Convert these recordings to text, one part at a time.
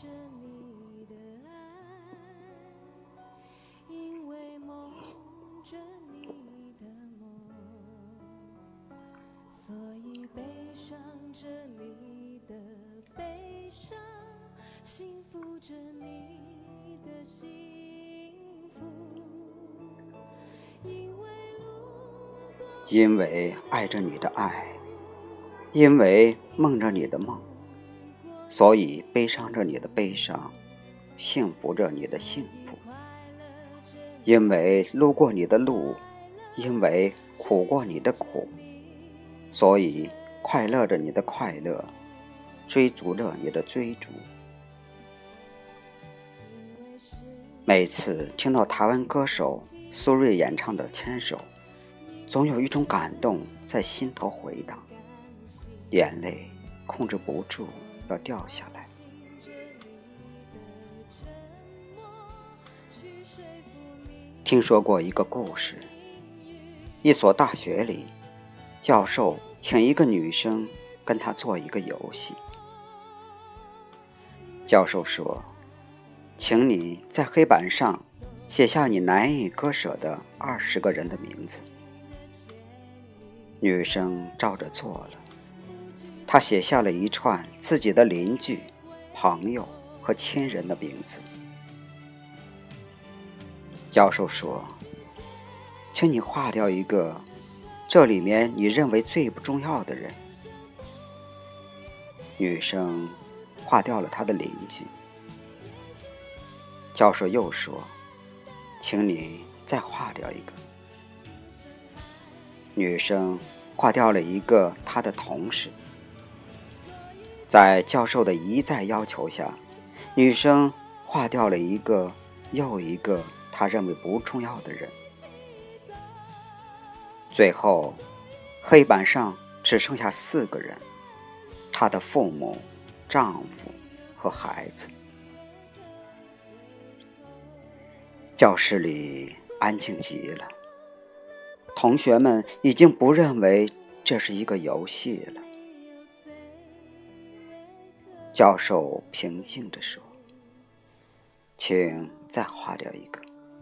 因为爱着你的爱，因为梦着你的梦，所以悲伤着你的悲伤，幸福着你的幸福。因为路过你的路，因为苦过你的苦，所以快乐着你的快乐，追逐着你的追逐。每次听到台湾歌手苏芮演唱的《牵手》，总有一种感动在心头回荡，眼泪控制不住要掉下来。听说过一个故事，一所大学里，教授请一个女生跟他做一个游戏。教授说，请你在黑板上写下你难以割舍的20个人的名字。女生照着做了，她写下了一串自己的邻居、朋友和亲人的名字。教授说，请你划掉一个这里面你认为最不重要的人。女生划掉了她的邻居。教授又说，请你再划掉一个。女生划掉了一个她的同事。在教授的一再要求下，女生划掉了一个又一个她认为不重要的人。最后，黑板上只剩下4个人，她的父母、丈夫和孩子。教室里安静极了，同学们已经不认为这是一个游戏了。教授平静地说，请再划掉一个。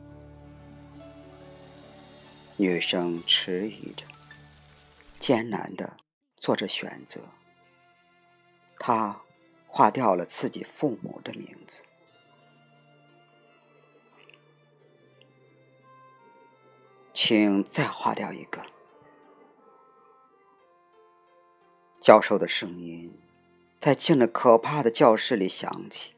女生迟疑着，艰难地做着选择。她划掉了自己父母的名字。请再划掉一个。教授的声音在静得可怕的教室里响起。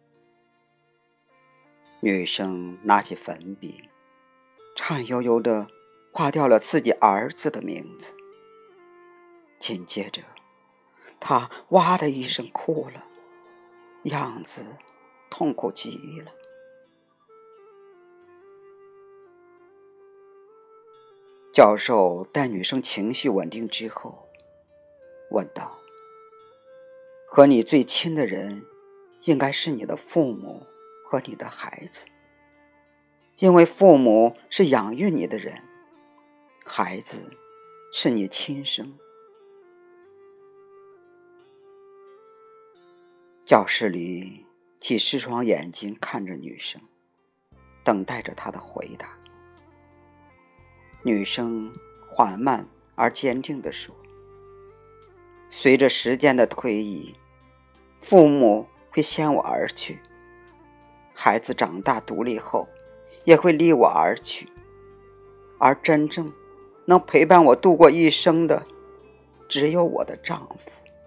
女生拿起粉笔，颤悠悠地划掉了自己儿子的名字。紧接着，她哇的一声哭了，样子痛苦极了。教授待女生情绪稳定之后，问道，和你最亲的人应该是你的父母和你的孩子，因为父母是养育你的人，孩子是你亲生。教室里几十双眼睛看着女生，等待着她的回答。女生缓慢而坚定地说，随着时间的推移，父母会先我而去，孩子长大独立后也会离我而去，而真正能陪伴我度过一生的只有我的丈夫。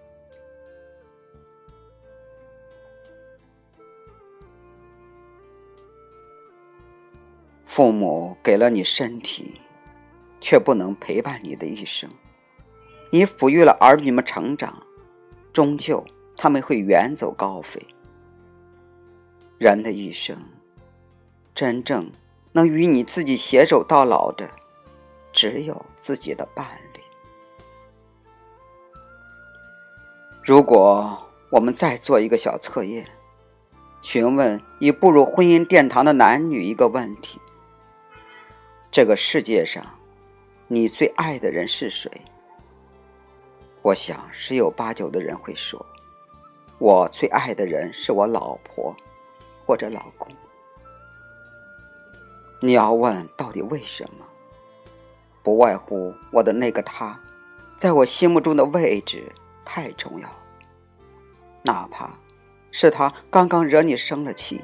父母给了你身体，却不能陪伴你的一生。你抚育了儿女们成长，终究他们会远走高飞。人的一生，真正能与你自己携手到老的，只有自己的伴侣。如果我们再做一个小测验，询问已步入婚姻殿堂的男女一个问题，这个世界上你最爱的人是谁？我想十有八九的人会说， 我最爱的人是我老婆或者老公。你要问到底为什么？不外乎我的那个他，在我心目中的位置太重要，哪怕是他刚刚惹你生了气。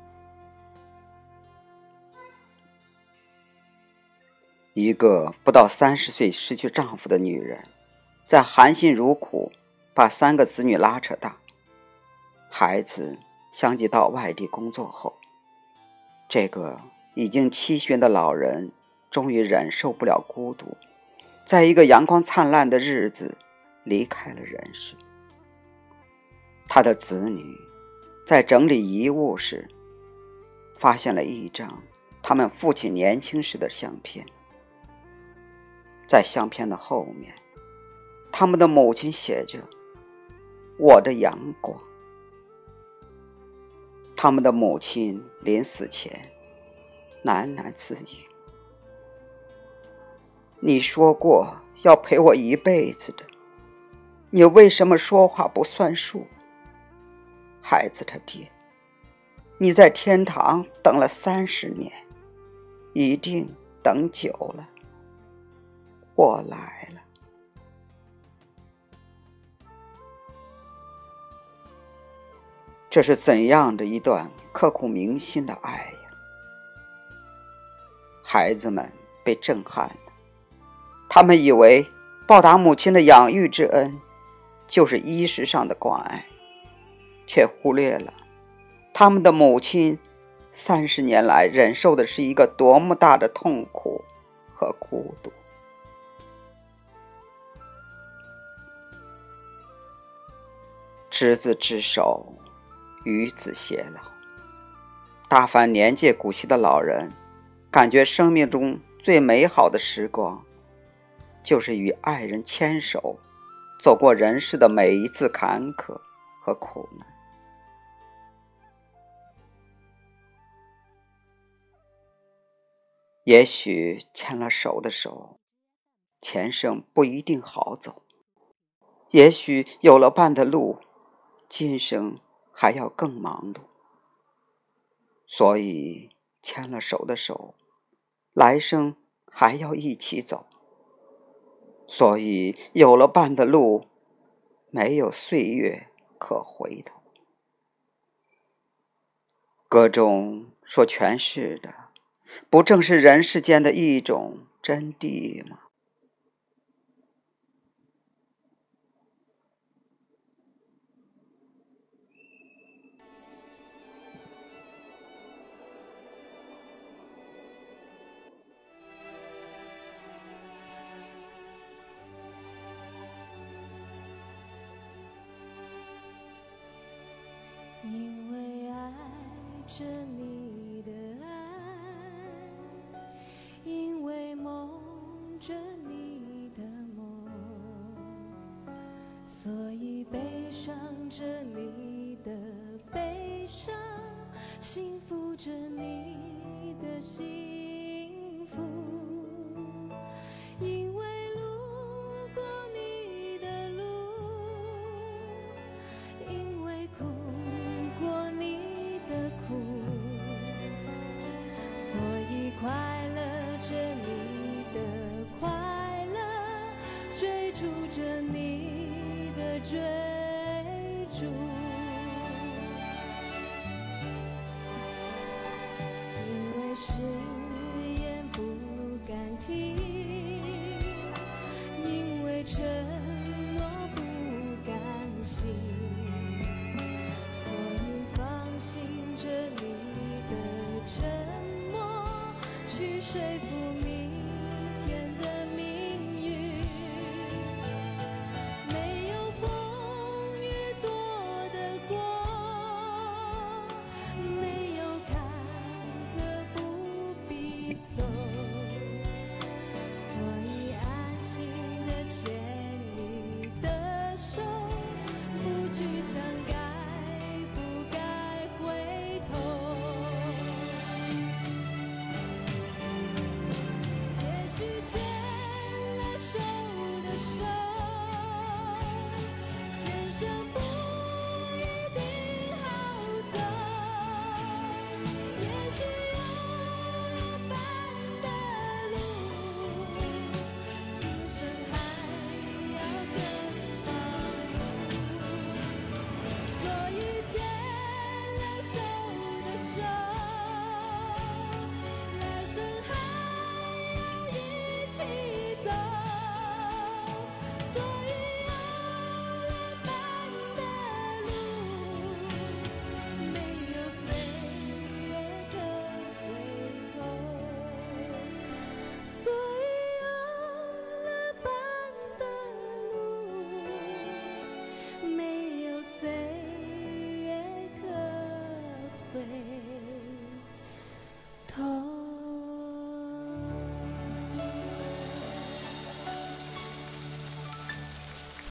一个不到30岁失去丈夫的女人，在含辛茹苦把3个子女拉扯大，孩子相继到外地工作后，这个已经70旬的老人终于忍受不了孤独，在一个阳光灿烂的日子离开了人世。他的子女在整理遗物时，发现了一张他们父亲年轻时的相片。在相片的后面，他们的母亲写着“我的阳光”。他们的母亲临死前喃喃自语：“你说过要陪我一辈子的，你为什么说话不算数？孩子他爹，你在天堂等了30年，一定等久了。我来了。”这是怎样的一段刻骨铭心的爱呀！孩子们被震撼了，他们以为报答母亲的养育之恩就是衣食上的关爱，却忽略了他们的母亲30年来忍受的是一个多么大的痛苦和孤独。执子之手，与子偕老。大凡年届古稀的老人，感觉生命中最美好的时光，就是与爱人牵手，走过人世的每一次坎坷和苦难。也许牵了手的手，前生不一定好走；也许有了伴的路，今生还要更忙碌。所以牵了手的手，来生还要一起走。所以有了伴的路，没有岁月可回头。歌中说诠释的，不正是人世间的一种真谛吗？ 因为爱着你的爱，因为梦着你的梦，所以悲伤着你的悲伤，幸福着你的幸福。因为路过你的路，因为苦过你的苦，所以快乐着你的快乐，追逐着你的追逐。因为誓言不敢听，因为承诺不甘心，所以放心着你的沉默，去说服